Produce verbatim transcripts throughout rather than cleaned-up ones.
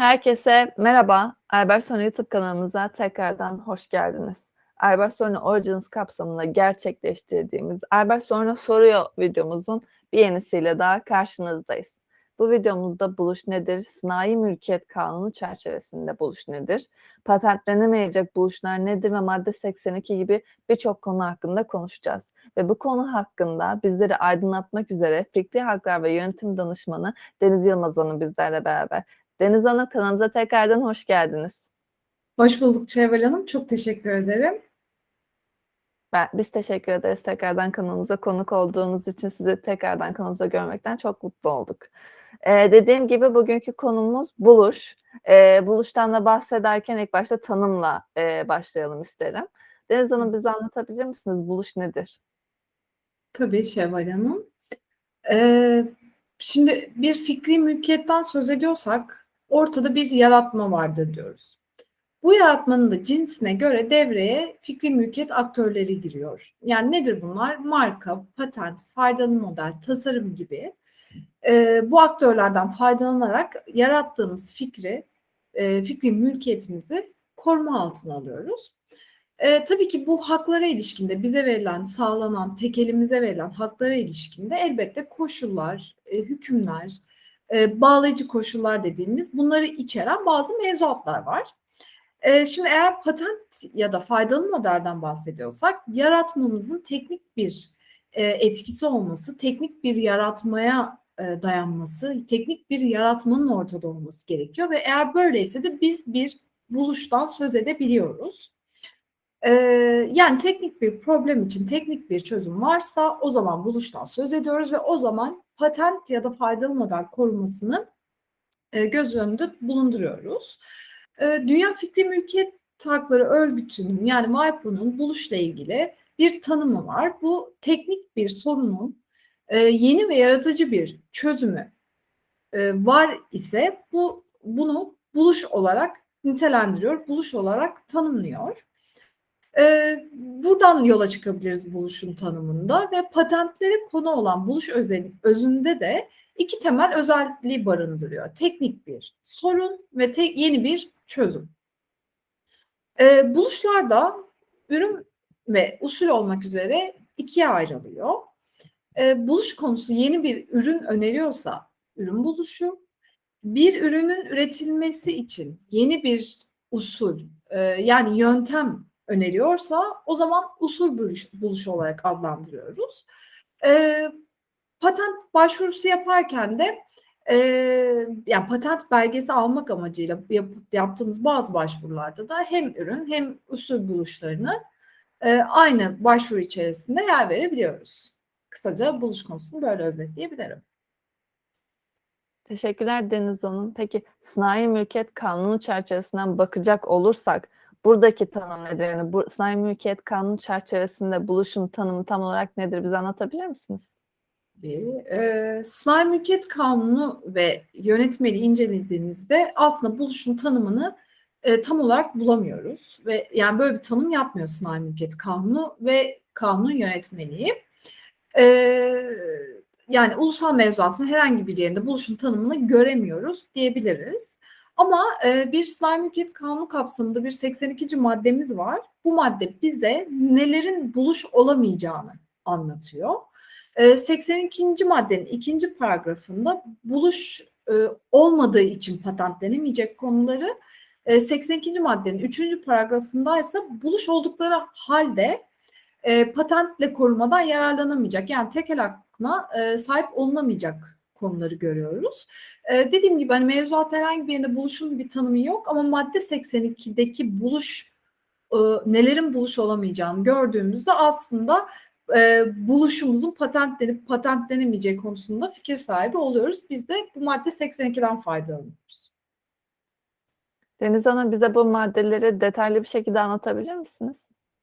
Herkese merhaba. Albert Sonra YouTube kanalımıza tekrardan hoş geldiniz. Albert Sonra Origins kapsamında gerçekleştirdiğimiz Albert Sonra Soruyor videomuzun bir yenisiyle daha karşınızdayız. Bu videomuzda buluş nedir, sanayi mülkiyet kanunu çerçevesinde buluş nedir, patentlenemeyecek buluşlar nedir ve madde seksen iki gibi birçok konu hakkında konuşacağız. Ve bu konu hakkında bizleri aydınlatmak üzere Fikri Haklar ve Yönetim Danışmanı Deniz Yılmaz Hanım bizlerle beraber. Deniz Hanım, kanalımıza tekrardan hoş geldiniz. Hoş bulduk Şevval Hanım. Çok teşekkür ederim. Ben, biz teşekkür ederiz tekrardan kanalımıza konuk olduğunuz için. Sizi tekrardan kanalımıza görmekten çok mutlu olduk. Ee, dediğim gibi bugünkü konumuz buluş. Ee, buluştan da bahsederken ilk başta tanımla e, başlayalım isterim. Deniz Hanım, bize anlatabilir misiniz? Buluş nedir? Tabii Şevval Hanım. Ee, şimdi bir fikri mülkiyetten söz ediyorsak ortada bir yaratma vardır diyoruz. Bu yaratmanın da cinsine göre devreye fikri mülkiyet aktörleri giriyor. Yani nedir bunlar? Marka, patent, faydalı model, tasarım gibi. Ee, bu aktörlerden faydalanarak yarattığımız fikri, e, fikri mülkiyetimizi koruma altına alıyoruz. E, tabii ki bu haklara ilişkinde bize verilen, sağlanan, tek elimize verilen haklara ilişkinde elbette koşullar, e, hükümler, e, bağlayıcı koşullar dediğimiz bunları içeren bazı mevzuatlar var. E, şimdi eğer patent ya da faydalı modelden bahsediyorsak yaratmamızın teknik bir e, etkisi olması, teknik bir yaratmaya e, dayanması, teknik bir yaratmanın ortada olması gerekiyor ve eğer böyleyse de biz bir buluştan söz edebiliyoruz. Ee, yani teknik bir problem için teknik bir çözüm varsa o zaman buluştan söz ediyoruz ve o zaman patent ya da faydalı model korumasını e, göz önünde bulunduruyoruz. E, Dünya Fikri Mülkiyet Hakları Örgütü'nün yani WIPO'nun buluşla ilgili bir tanımı var. Bu teknik bir sorunun e, yeni ve yaratıcı bir çözümü e, var ise bu bunu buluş olarak nitelendiriyor, buluş olarak tanımlıyor. Ee, buradan yola çıkabiliriz buluşun tanımında ve patentlere konu olan buluş özel, özünde de iki temel özelliği barındırıyor. Teknik bir sorun ve te, yeni bir çözüm. Ee, buluşlarda ürün ve usul olmak üzere ikiye ayrılıyor. Ee, buluş konusu yeni bir ürün öneriyorsa ürün buluşu, bir ürünün üretilmesi için yeni bir usul e, yani yöntem öneriyorsa o zaman usul buluş, buluşu olarak adlandırıyoruz. E, patent başvurusu yaparken de e, yani patent belgesi almak amacıyla yap, yaptığımız bazı başvurularda da hem ürün hem usul buluşlarını e, aynı başvuru içerisinde yer verebiliyoruz. Kısaca buluş konusunu böyle özetleyebilirim. Teşekkürler Deniz Hanım. Peki sanayi mülkiyet kanunu çerçevesinden bakacak olursak buradaki tanım nedir? Yani bu sanayi mülkiyet kanunu çerçevesinde buluşun tanımı tam olarak nedir? Bize anlatabilir misiniz? E, Sınai Mülkiyet Kanunu ve yönetmeliği incelediğimizde aslında buluşun tanımını e, tam olarak bulamıyoruz ve yani böyle bir tanım yapmıyor Sınai Mülkiyet Kanunu ve kanun yönetmeliği. E, yani ulusal mevzuatın herhangi bir yerinde buluşun tanımını göremiyoruz diyebiliriz. Ama e, bir Sınai Mülkiyet Kanunu kapsamında bir seksen ikinci maddemiz var. Bu madde bize nelerin buluş olamayacağını anlatıyor. seksen ikinci maddenin ikinci paragrafında buluş e, olmadığı için patentlenemeyecek konuları, e, seksen ikinci maddenin üçüncü paragrafında ise buluş oldukları halde e, patentle korumadan yararlanamayacak. Yani tekel hakkına e, sahip olunamayacak konuları görüyoruz. E, dediğim gibi hani mevzuat herhangi bir yerinde buluşun bir tanımı yok ama madde seksen ikideki buluş e, nelerin buluş olamayacağını gördüğümüzde aslında e, buluşumuzun patentlenip patentlenemeyeceği konusunda fikir sahibi oluyoruz. Biz de bu madde seksen ikiden faydalanıyoruz. Deniz Hanım, bize bu maddeleri detaylı bir şekilde anlatabilir misiniz?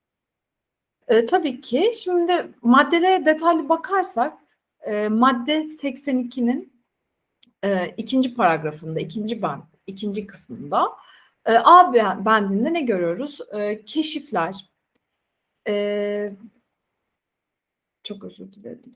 E, tabii ki. Şimdi maddelere detaylı bakarsak e, madde seksen ikinin e, ikinci paragrafında, ikinci band, ikinci kısmında e, A bendinde ne görüyoruz? E, keşifler, e, çok özür dilerim.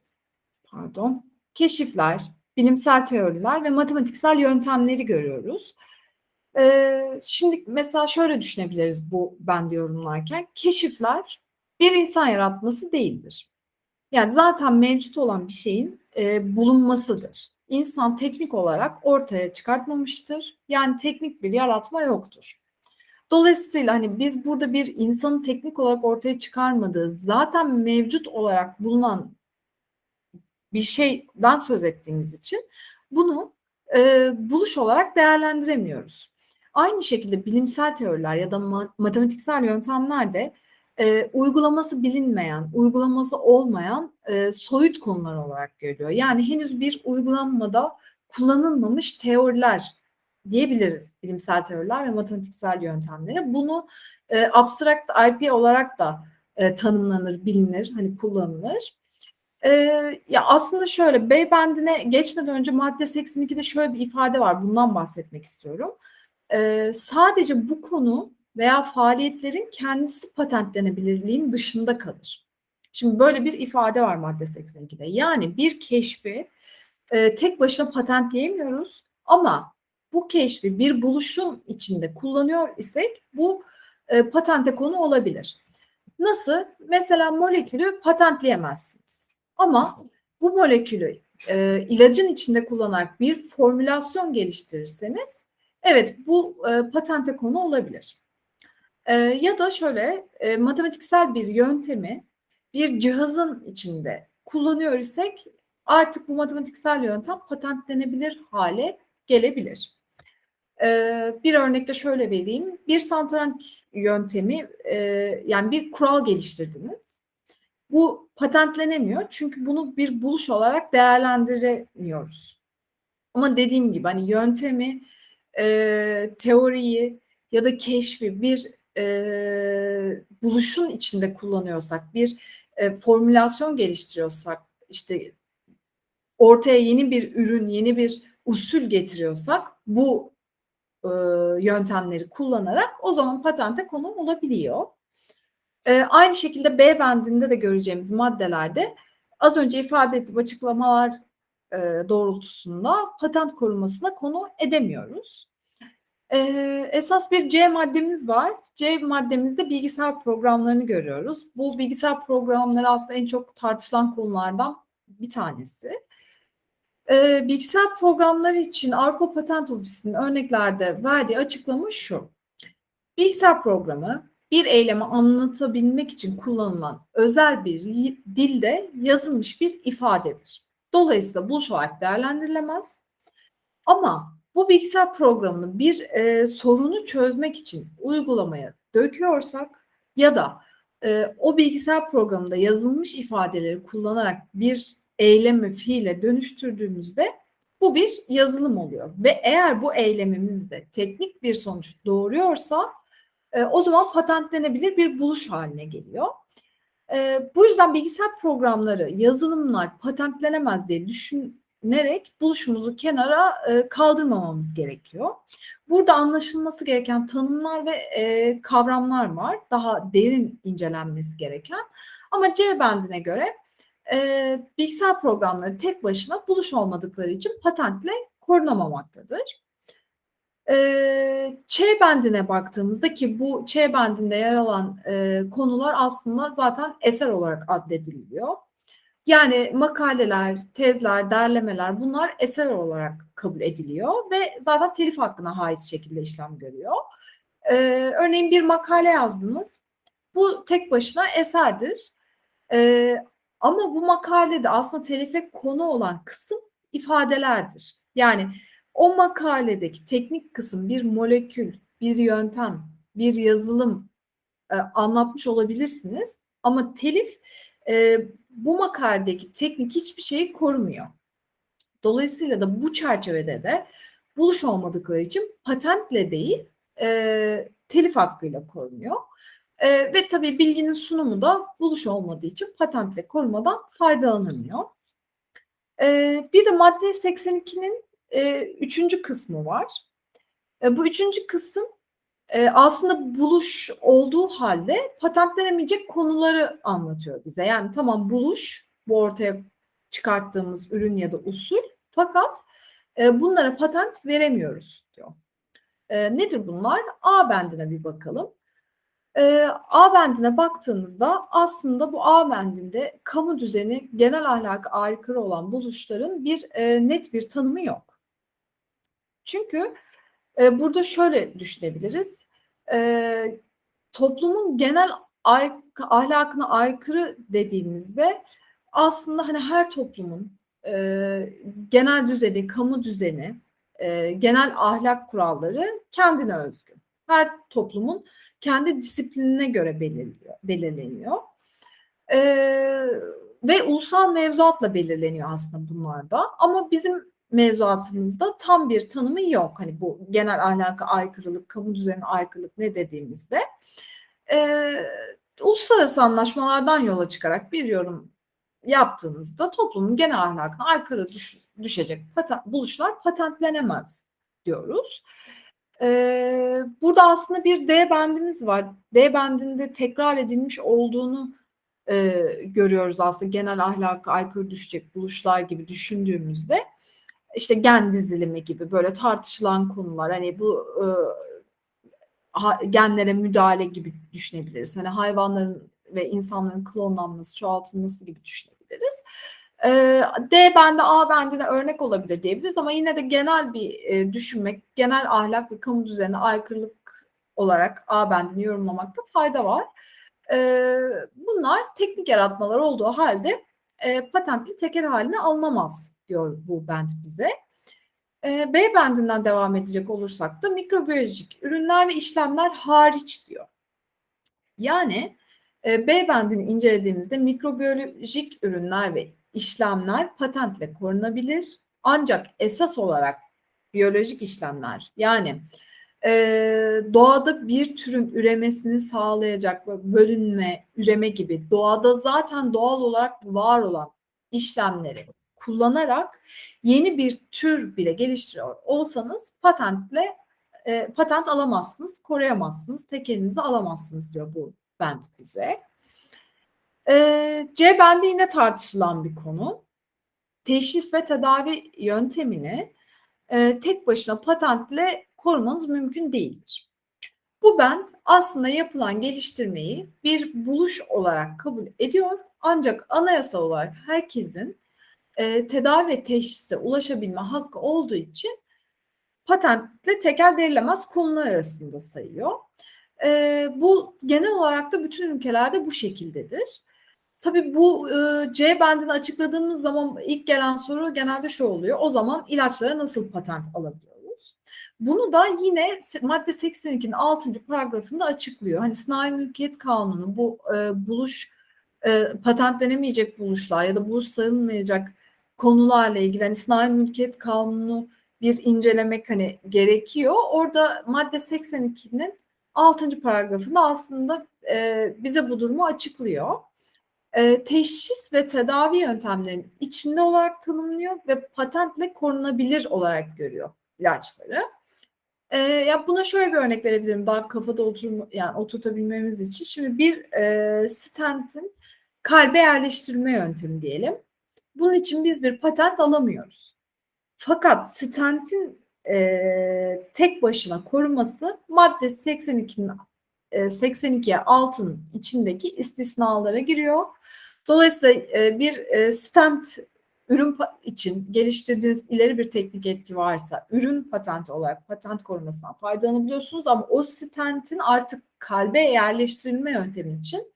Pardon. Keşifler, bilimsel teoriler ve matematiksel yöntemleri görüyoruz. Eee, şimdi mesela şöyle düşünebiliriz bu bendi yorumlarken. Keşifler bir insan yaratması değildir. Yani zaten mevcut olan bir şeyin, eee, bulunmasıdır. İnsan teknik olarak ortaya çıkartmamıştır. Yani teknik bir yaratma yoktur. Dolayısıyla, hani, biz burada bir insanın teknik olarak ortaya çıkarmadığı, zaten mevcut olarak bulunan bir şeyden söz ettiğimiz için bunu, eee, buluş olarak değerlendiremiyoruz. Aynı şekilde bilimsel teoriler ya da ma matematiksel yöntemler de, eee, uygulaması bilinmeyen, uygulaması olmayan, eee, soyut konular olarak görülüyor. Yani henüz bir uygulanmada kullanılmamış teoriler diyebiliriz bilimsel teoriler ve matematiksel yöntemlere. Bunu, eee, abstract I P olarak da, eee, tanımlanır, bilinir, hani, kullanılır. Eee, ya, aslında şöyle, Beybendi'ne geçmeden önce madde seksen ikide şöyle bir ifade var, bundan bahsetmek istiyorum. Eee, sadece bu konu veya faaliyetlerin kendisi patentlenebilirliğin dışında kalır. Şimdi böyle bir ifade var madde seksen ikide. Yani bir keşfi, eee, tek başına patentleyemiyoruz ama bu keşfi bir buluşun içinde kullanıyor isek bu, eee, patente konu olabilir. Nasıl? Mesela molekülü patentleyemezsiniz. Ama bu molekülü e, ilacın içinde kullanarak bir formülasyon geliştirirseniz, evet bu e, patente konu olabilir. E, ya da şöyle e, matematiksel bir yöntemi bir cihazın içinde kullanıyor isek artık bu matematiksel yöntem patentlenebilir hale gelebilir. Eee, bir örnek de şöyle vereyim. Bir satranç yöntemi, eee, yani bir kural geliştirdiniz. Bu patentlenemiyor çünkü bunu bir buluş olarak değerlendiremiyoruz. Ama dediğim gibi hani yöntemi, eee, teoriyi ya da keşfi bir eee, buluşun içinde kullanıyorsak, bir eee, formülasyon geliştiriyorsak, işte ortaya yeni bir ürün, yeni bir usul getiriyorsak bu e, yöntemleri kullanarak o zaman patente konu olabiliyor. E, aynı şekilde B bendinde de göreceğimiz maddelerde az önce ifade ettiğim açıklamalar e, doğrultusunda patent korunmasına konu edemiyoruz. E, esas bir C maddemiz var. C maddemizde bilgisayar programlarını görüyoruz. Bu bilgisayar programları aslında en çok tartışılan konulardan bir tanesi. Eee, bilgisayar programları için Avrupa Patent Ofisi'nin örneklerde verdiği açıklama şu: Bilgisayar programı bir eylemi anlatabilmek için kullanılan özel bir dilde yazılmış bir ifadedir. Dolayısıyla buluş olarak değerlendirilemez. Ama bu bilgisayar programını bir e, sorunu çözmek için uygulamaya döküyorsak ya da e, o bilgisayar programında yazılmış ifadeleri kullanarak bir eylemi fiile dönüştürdüğümüzde bu bir yazılım oluyor. Ve eğer bu eylemimizde teknik bir sonuç doğuruyorsa e, o zaman patentlenebilir bir buluş haline geliyor. E, bu yüzden bilgisayar programları, yazılımlar patentlenemez diye düşünerek buluşumuzu kenara e, kaldırmamamız gerekiyor. Burada anlaşılması gereken tanımlar ve e, kavramlar var. Daha derin incelenmesi gereken. Ama C bendine göre e, bilgisayar programları tek başına buluş olmadıkları için patentle korunamamaktadır. Eee, Ç bendine baktığımızda ki bu Ç bendinde yer alan e, konular aslında zaten eser olarak addediliyor. Yani makaleler, tezler, derlemeler bunlar eser olarak kabul ediliyor ve zaten telif hakkına haiz şekilde işlem görüyor. Eee, örneğin bir makale yazdınız. Bu tek başına eserdir. Eee, ama bu makalede aslında telife konu olan kısım ifadelerdir. Yani o makaledeki teknik kısım bir molekül, bir yöntem, bir yazılım e, anlatmış olabilirsiniz. Ama telif e, bu makaledeki teknik hiçbir şeyi korumuyor. Dolayısıyla da bu çerçevede de buluş olmadıkları için patentle değil e, telif hakkıyla korunuyor. E, ve tabii bilginin sunumu da buluş olmadığı için patentle korumadan faydalanamıyor. E, bir de madde seksen ikinin e, üçüncü kısmı var. E, bu üçüncü kısım e, aslında buluş olduğu halde patentlenemeyecek konuları anlatıyor bize. Yani tamam buluş, bu ortaya çıkarttığımız ürün ya da usul, fakat e, bunlara patent veremiyoruz diyor. E, nedir bunlar? A bendine bir bakalım. E, A bendine baktığımızda aslında bu A bendinde kamu düzeni, genel ahlaka aykırı olan buluşların bir e, net bir tanımı yok. Çünkü e, burada şöyle düşünebiliriz. E, toplumun genel ay, ahlakına aykırı dediğimizde aslında hani her toplumun e, genel düzeni, kamu düzeni, e, genel ahlak kuralları kendine özgü. Her toplumun kendi disiplinine göre belirliyor, belirleniyor. E, ve ulusal mevzuatla belirleniyor aslında bunlar da. Ama bizim mevzuatımızda tam bir tanımı yok. Hani bu genel ahlaka aykırılık, kamu düzenine aykırılık ne dediğimizde. E, uluslararası anlaşmalardan yola çıkarak bir yorum yaptığınızda toplumun genel ahlakına aykırı düş, düşecek patent, buluşlar patentlenemez diyoruz. Ee, burada aslında bir D bendimiz var. D bendinde tekrar edilmiş olduğunu e, görüyoruz aslında genel ahlaka aykırı düşecek buluşlar gibi düşündüğümüzde. İşte gen dizilimi gibi böyle tartışılan konular, hani bu e, ha, genlere müdahale gibi düşünebiliriz. Hani hayvanların ve insanların klonlanması, çoğaltılması gibi düşünebiliriz. E, D bendi A bendine örnek olabilir diyebiliriz ama yine de genel bir e, düşünmek, genel ahlak ve kamu düzenine aykırılık olarak A bendini yorumlamakta fayda var. E, bunlar teknik yaratmalar olduğu halde e, patentli tekel haline alınamaz diyor bu bend bize. E, B bendinden devam edecek olursak da mikrobiyolojik ürünler ve işlemler hariç diyor. Yani e, B bendini incelediğimizde mikrobiyolojik ürünler ve işlemler patentle korunabilir. Ancak esas olarak biyolojik işlemler, yani e, doğada bir türün üremesini sağlayacak bölünme, üreme gibi doğada zaten doğal olarak var olan işlemleri kullanarak yeni bir tür bile geliştiriyor olsanız patentle e, patent alamazsınız, koruyamazsınız, tekelinizi alamazsınız diyor bu bend bize. E, C bendi yine tartışılan bir konu. Teşhis ve tedavi yöntemini e, tek başına patentle korumanız mümkün değildir. Bu bend aslında yapılan geliştirmeyi bir buluş olarak kabul ediyor. Ancak anayasal olarak herkesin e, tedavi ve teşhise ulaşabilme hakkı olduğu için patentle tekel verilemez konular arasında sayıyor. E, bu genel olarak da bütün ülkelerde bu şekildedir. Tabii bu e, C bendini açıkladığımız zaman ilk gelen soru genelde şu oluyor. O zaman ilaçlara nasıl patent alabiliyoruz? Bunu da yine madde seksen ikinin altıncı paragrafında açıklıyor. Hani Sanayi Mülkiyet Kanunu bu e, buluş e, patentlenemeyecek buluşlar ya da buluş sayılmayacak konularla ilgili hani Sanayi Mülkiyet Kanunu bir incelemek hani gerekiyor. Orada madde seksen ikinin altıncı paragrafında aslında e, bize bu durumu açıklıyor. E, teşhis ve tedavi yöntemlerinin içinde olarak tanımlıyor ve patentle korunabilir olarak görüyor ilaçları. E, ya buna şöyle bir örnek verebilirim daha kafada oturma, yani oturtabilmemiz için. Şimdi bir e, stentin kalbe yerleştirme yöntemi diyelim. Bunun için biz bir patent alamıyoruz. Fakat stentin e, tek başına koruması madde seksen ikinin e, seksen ikiye altının içindeki istisnalara giriyor. Dolayısıyla e, bir e, stent ürün için geliştirdiğiniz ileri bir teknik etki varsa ürün patenti olarak patent korumasından faydalanabiliyorsunuz ama o stentin artık kalbe yerleştirilme yöntemi için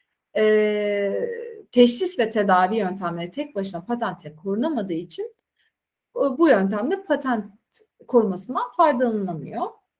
e, teşhis ve tedavi yöntemleri tek başına patentle korunamadığı için bu yöntemde patent korumasından faydalanılamıyor.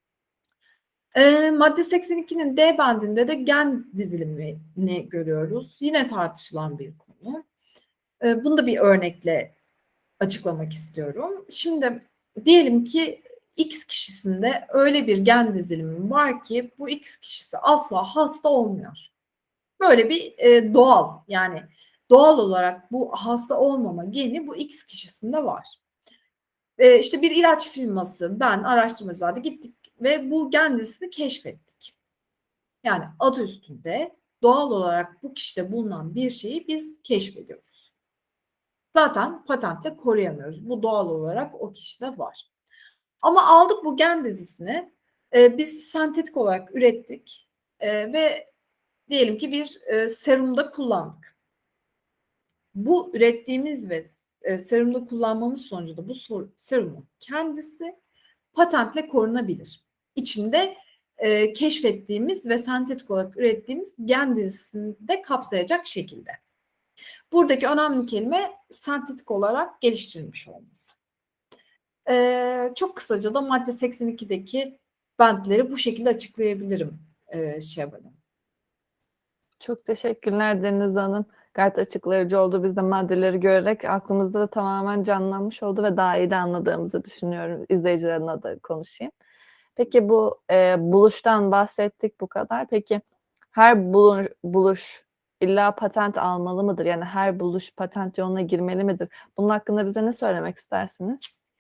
E, madde seksen ikinin D bendinde de gen dizilimini görüyoruz. Yine tartışılan bir konu. E, bunu da bir örnekle açıklamak istiyorum. Şimdi diyelim ki X kişisinde öyle bir gen dizilimi var ki bu X kişisi asla hasta olmuyor. Böyle bir e, doğal, yani doğal olarak bu hasta olmama geni bu X kişisinde var. E, işte bir ilaç firması, ben araştırmacılar da gittik ve bu gen dizisini keşfettik. Yani adı üstünde doğal olarak bu kişide bulunan bir şeyi biz keşfediyoruz. Zaten patentle koruyamıyoruz. Bu doğal olarak o kişide var. Ama aldık bu gen dizisini Eee, biz sentetik olarak ürettik, eee, ve diyelim ki bir, eee, serumda kullandık. Bu ürettiğimiz ve eee, serumda kullanmamız sonucunda bu sor serumun kendisi patentle korunabilir. İçinde, eee, keşfettiğimiz ve sentetik olarak ürettiğimiz gen dizisini de kapsayacak şekilde. Buradaki önemli kelime sentetik olarak geliştirilmiş olması. Eee, çok kısaca da madde seksen ikideki bentleri bu şekilde açıklayabilirim, eee, Şevval Hanım. Çok teşekkürler Deniz Hanım. Gayet açıklayıcı oldu. Biz de maddeleri görerek aklımızda da tamamen canlanmış oldu ve daha iyi de anladığımızı düşünüyorum. İzleyiciler adına da konuşayım. Peki bu, eee, buluştan bahsettik bu kadar. Peki her bulu buluş illa patent almalı mıdır? Yani her buluş patent yoluna girmeli midir? Bunun hakkında bize ne söylemek istersiniz?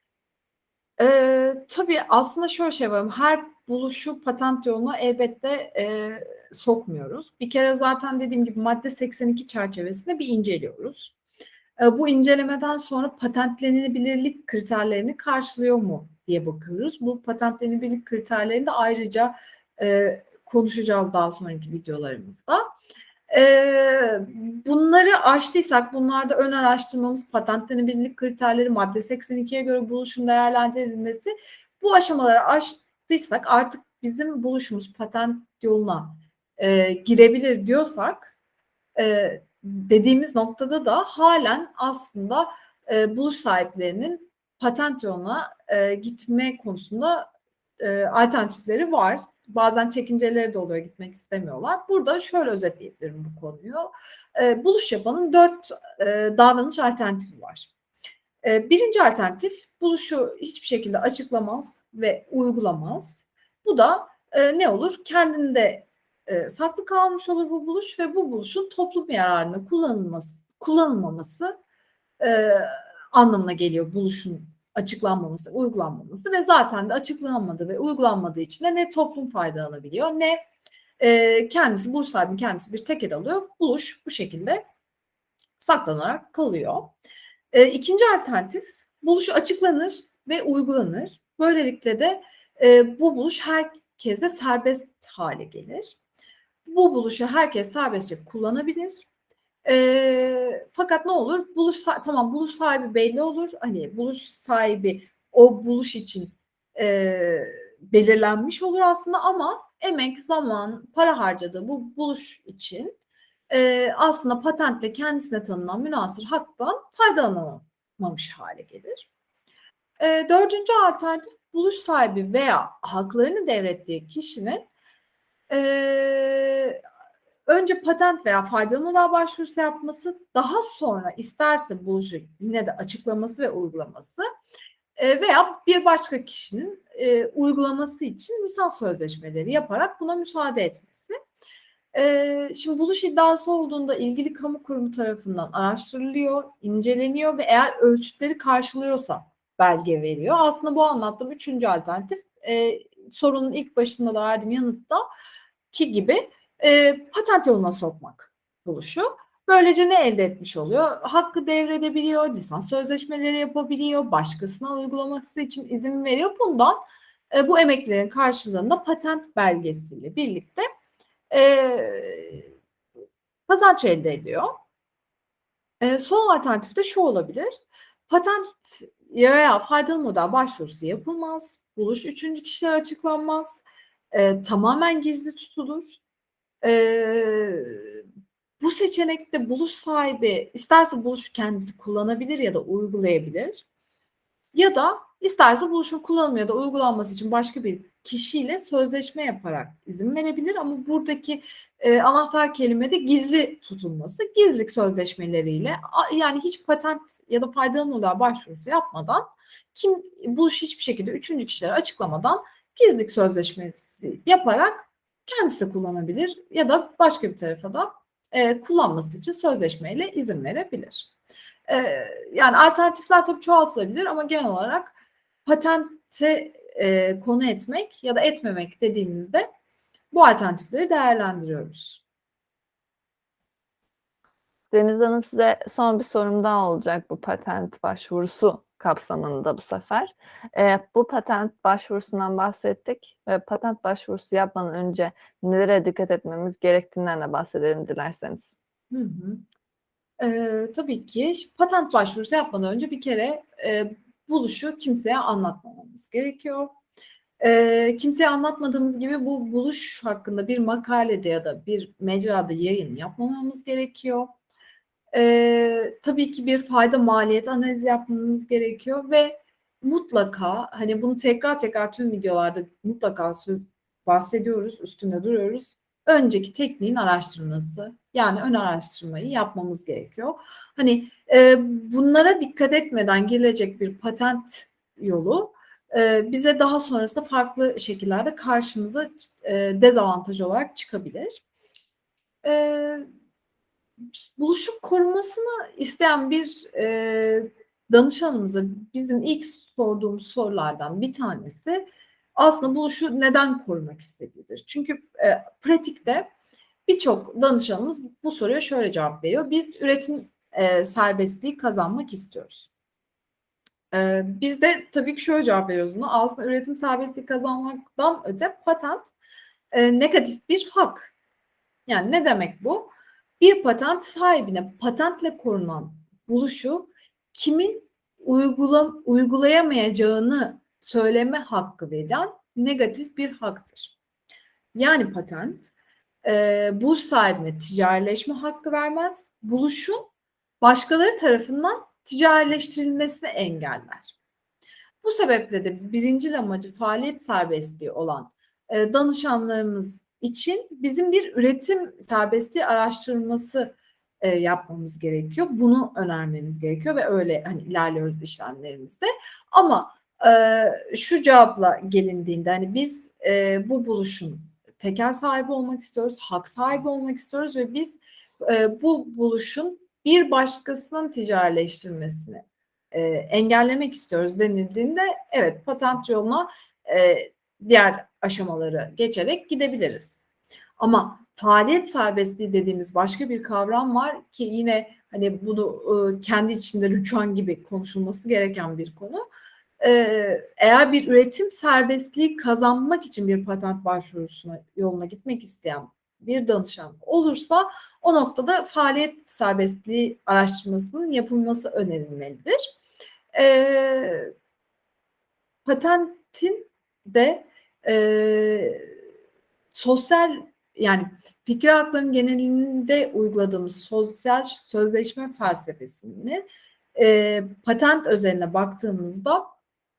Eee, tabii aslında şöyle şey var, her buluşu patent yoluna elbette, eee, sokmuyoruz. Bir kere zaten dediğim gibi madde seksen iki çerçevesinde bir inceliyoruz. Eee, bu incelemeden sonra patentlenebilirlik kriterlerini karşılıyor mu diye bakıyoruz. Bu patentlenebilirlik kriterlerini de ayrıca, eee, konuşacağız daha sonraki videolarımızda. Eee, bunları aştıysak, bunlarda ön araştırmamız, patentlenebilirlik kriterleri, madde seksen ikiye göre buluşun değerlendirilmesi, bu aşamaları aştıysak artık bizim buluşumuz patent yoluna, eee, girebilir diyorsak, eee, dediğimiz noktada da hâlen aslında, eee, buluş sahiplerinin patent yoluna, eee, gitme konusunda, eee, alternatifleri var. Bazen çekinceleri de oluyor, gitmek istemiyorlar. Burada şöyle özetleyebilirim bu konuyu. Eee, buluş yapanın dört eee, davranış alternatifi var. Eee, birinci alternatif, buluşu hiçbir şekilde açıklamaz ve uygulamaz. Bu da, eee, ne olur? Kendinde, eee, saklı kalmış olur bu buluş ve bu buluşun toplum yararına kullanılması kullanılmaması, eee, anlamına geliyor buluşun açıklanmaması, uygulanmaması ve zaten de açıklanmadığı ve uygulanmadığı için de ne toplum fayda alabiliyor ne, eee, kendisi, buluş sahibinin kendisi bir tekel alıyor. Buluş bu şekilde saklanarak kalıyor. Eee, ikinci alternatif, buluş açıklanır ve uygulanır. Böylelikle de, eee, bu buluş herkese serbest hâle gelir. Bu buluşu herkes serbestçe kullanabilir. Eee, fakat ne olur? Buluş sa tamam, buluş sahibi belli olur. Hani, buluş sahibi o buluş için, eee, belirlenmiş olur aslında ama emek, zaman, para harcadığı bu buluş için, eee, aslında patentle kendisine tanınan münhasır haktan faydalanamamış hâle gelir. Eee, dördüncü alternatif, buluş sahibi veya haklarını devrettiği kişinin, eee, önce patent veya faydalanma başvurusu yapması, daha sonra isterse buluşu yine de açıklaması ve uygulaması, eee, veya bir başka kişinin, eee, uygulaması için lisans sözleşmeleri yaparak buna müsaade etmesi. Eee, şimdi buluş iddiası olduğunda ilgili kamu kurumu tarafından araştırılıyor, inceleniyor ve eğer ölçütleri karşılıyorsa belge veriyor. Aslında bu anlattığım üçüncü alternatif, eee, sorunun ilk başında da verdiğim yanıttaki gibi, eee, patent yoluna sokmak buluşu. Böylece ne elde etmiş oluyor? Hakkı devredebiliyor, lisans sözleşmeleri yapabiliyor, başkasına uygulaması için izin veriyor. Bundan, eee, bu emeklerin karşılığında patent belgesiyle birlikte, eee, kazanç elde ediyor. Eee, son alternatif de şu olabilir: Patent veya faydalı model başvurusu yapılmaz, buluş üçüncü kişilere açıklanmaz, eee, tamamen gizli tutulur. Eee, bu seçenekte buluş sahibi isterse buluşu kendisi kullanabilir ya da uygulayabilir ya da isterse buluşun kullanımı ya da uygulanması için başka bir kişiyle sözleşme yaparak izin verebilir ama buradaki, eee, anahtar kelime de gizli tutulması. Gizlilik sözleşmeleriyle a yani hiç patent ya da faydalı model başvurusu yapmadan, kim buluş hiçbir şekilde üçüncü kişilere açıklamadan gizlilik sözleşmesi yaparak kendisi de kullanabilir ya da başka bir tarafa da, eee, kullanması için sözleşmeyle izin verebilir. Eee, yani alternatifler tabii çoğaltılabilir ama genel olarak patente, eee, konu etmek ya da etmemek dediğimizde bu alternatifleri değerlendiriyoruz. Deniz Hanım, size son bir sorum daha olacak bu patent başvurusu kapsamında bu sefer. Eee, bu patent başvurusundan bahsettik ve patent başvurusu yapmadan önce nelere dikkat etmemiz gerektiğinden de bahsedelim dilerseniz. Hı hı. Eee, tabii ki ş patent başvurusu yapmadan önce bir kere, eee, buluşu kimseye anlatmamamız gerekiyor. Eee, kimseye anlatmadığımız gibi bu buluş hakkında bir makalede ya da bir mecrada yayın yapmamamız gerekiyor. Eee, tabii ki bir fayda maliyet analizi yapmamız gerekiyor ve mutlaka, hani, bunu tekrar tekrar tüm videolarda mutlaka söz bahsediyoruz, üstünde duruyoruz. Önceki tekniğin araştırılması, yani ön araştırmayı yapmamız gerekiyor. Hani, eee, bunlara dikkat etmeden girilecek bir patent yolu, eee, bize daha sonrasında farklı şekillerde karşımıza ç eee, dezavantaj olarak çıkabilir. Eee, buluşun korunmasını isteyen bir, eee, danışanımıza bizim ilk sorduğumuz sorulardan bir tanesi aslında buluşu neden korumak istediğidir. Çünkü, eee, pratikte birçok danışanımız bu soruya şöyle cevap veriyor: "Biz üretim, eee, serbestliği kazanmak istiyoruz." Eee, biz de tabii ki şöyle cevap veriyoruz buna: Aslında üretim serbestliği kazanmaktan öte patent, eee, negatif bir hak. Yani ne demek bu? Bir patent sahibine patentle korunan buluşu kimin uygulam uygulayamayacağını söyleme hakkı veren negatif bir haktır. Yani patent, eee, buluş sahibine ticarileşme hakkı vermez, buluşun başkaları tarafından ticarileştirilmesini engeller. Bu sebeple de birincil amacı faaliyet serbestliği olan, eee, danışanlarımız için bizim bir üretim serbestliği araştırması, eee, yapmamız gerekiyor. Bunu önermemiz gerekiyor ve öyle, hani, ilerliyoruz işlemlerimizde. Ama, eee, şu cevapla gelindiğinde, hani, biz, eee, bu buluşun tekel sahibi olmak istiyoruz, hak sahibi olmak istiyoruz ve biz, eee, bu buluşun bir başkasının ticarileştirmesini, eee, engellemek istiyoruz denildiğinde evet, patent yoluna, eee, diğer aşamaları geçerek gidebiliriz. Ama faaliyet serbestliği dediğimiz başka bir kavram var ki yine, hani, bunu, ııı, kendi içinde rüçhan gibi konuşulması gereken bir konu. Eee, eğer bir üretim serbestliği kazanmak için bir patent başvurusuna yoluna gitmek isteyen bir danışan olursa o noktada faaliyet serbestliği araştırmasının yapılması önerilmelidir. Eee, patentin de, eee, sosyal, yani fikir haklarının genelinde uyguladığımız sosyal sözleşme felsefesini, eee, patent özeline baktığımızda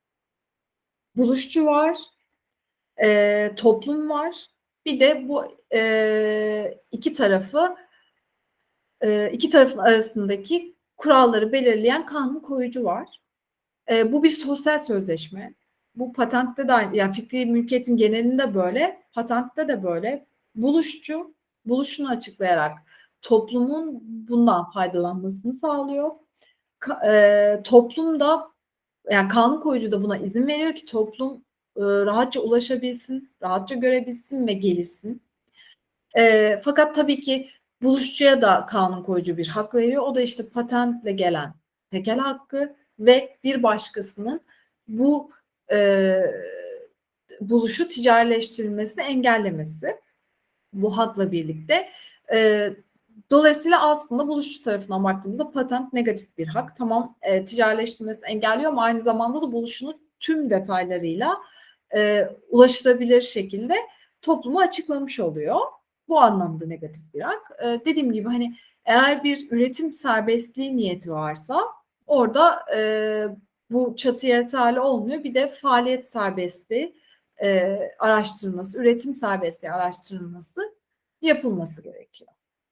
buluşçu var, eee, toplum var. Bir de bu, eee, iki tarafı eee, iki tarafın arasındaki kuralları belirleyen kanun koyucu var. Eee, bu bir sosyal sözleşme. Bu patentte de aynı, yani fikri mülkiyetin genelinde böyle, patentte de böyle. Buluşçu, buluşunu açıklayarak toplumun bundan faydalanmasını sağlıyor. Ka eee, toplum da, yani kanun koyucu da buna izin veriyor ki toplum, ııı, rahatça ulaşabilsin, rahatça görebilsin ve gelişsin. Eee, fakat tabii ki buluşçuya da kanun koyucu bir hak veriyor. O da işte patentle gelen tekel hakkı ve bir başkasının bu, eee, buluşu ticarileştirilmesini engellemesi bu hakla birlikte. Eee, dolayısıyla aslında buluşçu tarafından baktığımızda patent negatif bir hak. Tamam, eee, ticarileştirilmesini engelliyor ama aynı zamanda da buluşunu tüm detaylarıyla, eee, ulaşılabilir şekilde topluma açıklamış oluyor. Bu anlamda negatif bir hak. Eee, dediğim gibi, hani, eğer bir üretim serbestliği niyeti varsa orada, eee, bu çatı yeterli olmuyor. Bir de faaliyet serbestliği, eee, araştırılması, üretim serbestliği araştırılması yapılması gerekiyor.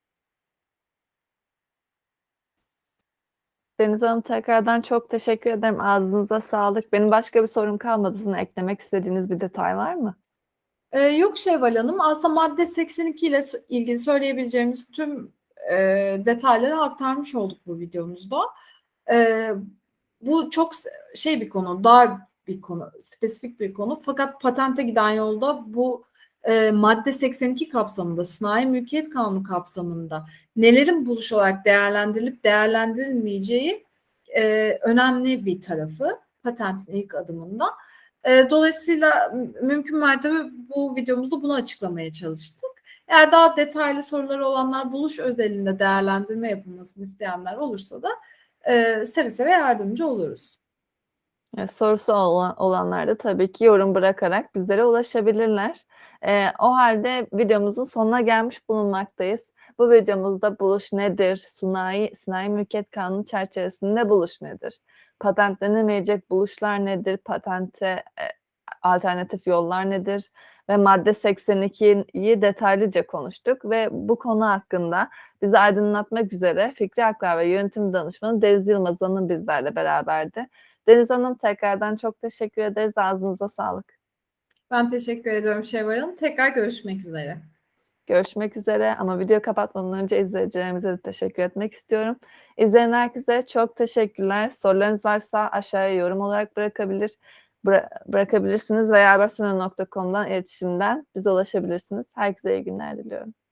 Deniz Hanım, tekrardan çok teşekkür ederim. Ağzınıza sağlık. Benim başka bir sorum kalmadı. Sizin eklemek istediğiniz bir detay var mı? Eee, yok Şevval Hanım. Aslında madde seksen iki ile s ilgili söyleyebileceğimiz tüm, eee, detayları aktarmış olduk bu videomuzda. Eee, bu çok s şey bir konu, dar bir konu, spesifik bir konu. Fakat patente giden yolda bu, eee, madde seksen iki kapsamında, Sanayi Mülkiyet Kanunu kapsamında nelerin buluş olarak değerlendirilip değerlendirilmeyeceği, e, önemli bir tarafı patentin ilk adımında. E, dolayısıyla mümkün mertebe bu videomuzda bunu açıklamaya çalıştık. Eğer daha detaylı soruları olanlar, buluş özelinde değerlendirme yapılmasını isteyenler olursa da e, seve seve yardımcı oluruz. E, sorusu olan, olanlar da tabii ki yorum bırakarak bizlere ulaşabilirler. E, o halde videomuzun sonuna gelmiş bulunmaktayız. Bu videomuzda buluş nedir? Sanayi, Sanayi Mülkiyet Kanunu çerçevesinde buluş nedir? Patentlenemeyecek buluşlar nedir? Patente e, alternatif yollar nedir? Ve madde seksen ikiyi detaylıca konuştuk ve bu konu hakkında bizi aydınlatmak üzere Fikri Haklar ve Yönetim Danışmanı Deniz Yılmaz Hanım bizlerle beraberdi. Deniz Hanım tekrardan çok teşekkür ederiz. Ağzınıza sağlık. Ben teşekkür ediyorum Şevval Hanım. Tekrar görüşmek üzere. Görüşmek üzere ama video kapatmadan önce izleyicilerimize de teşekkür etmek istiyorum. İzleyen herkese çok teşekkürler. Sorularınız varsa aşağıya yorum olarak bırakabilir, bıra bırakabilirsiniz veya habersonu nokta com'dan iletişimden bize ulaşabilirsiniz. Herkese iyi günler diliyorum.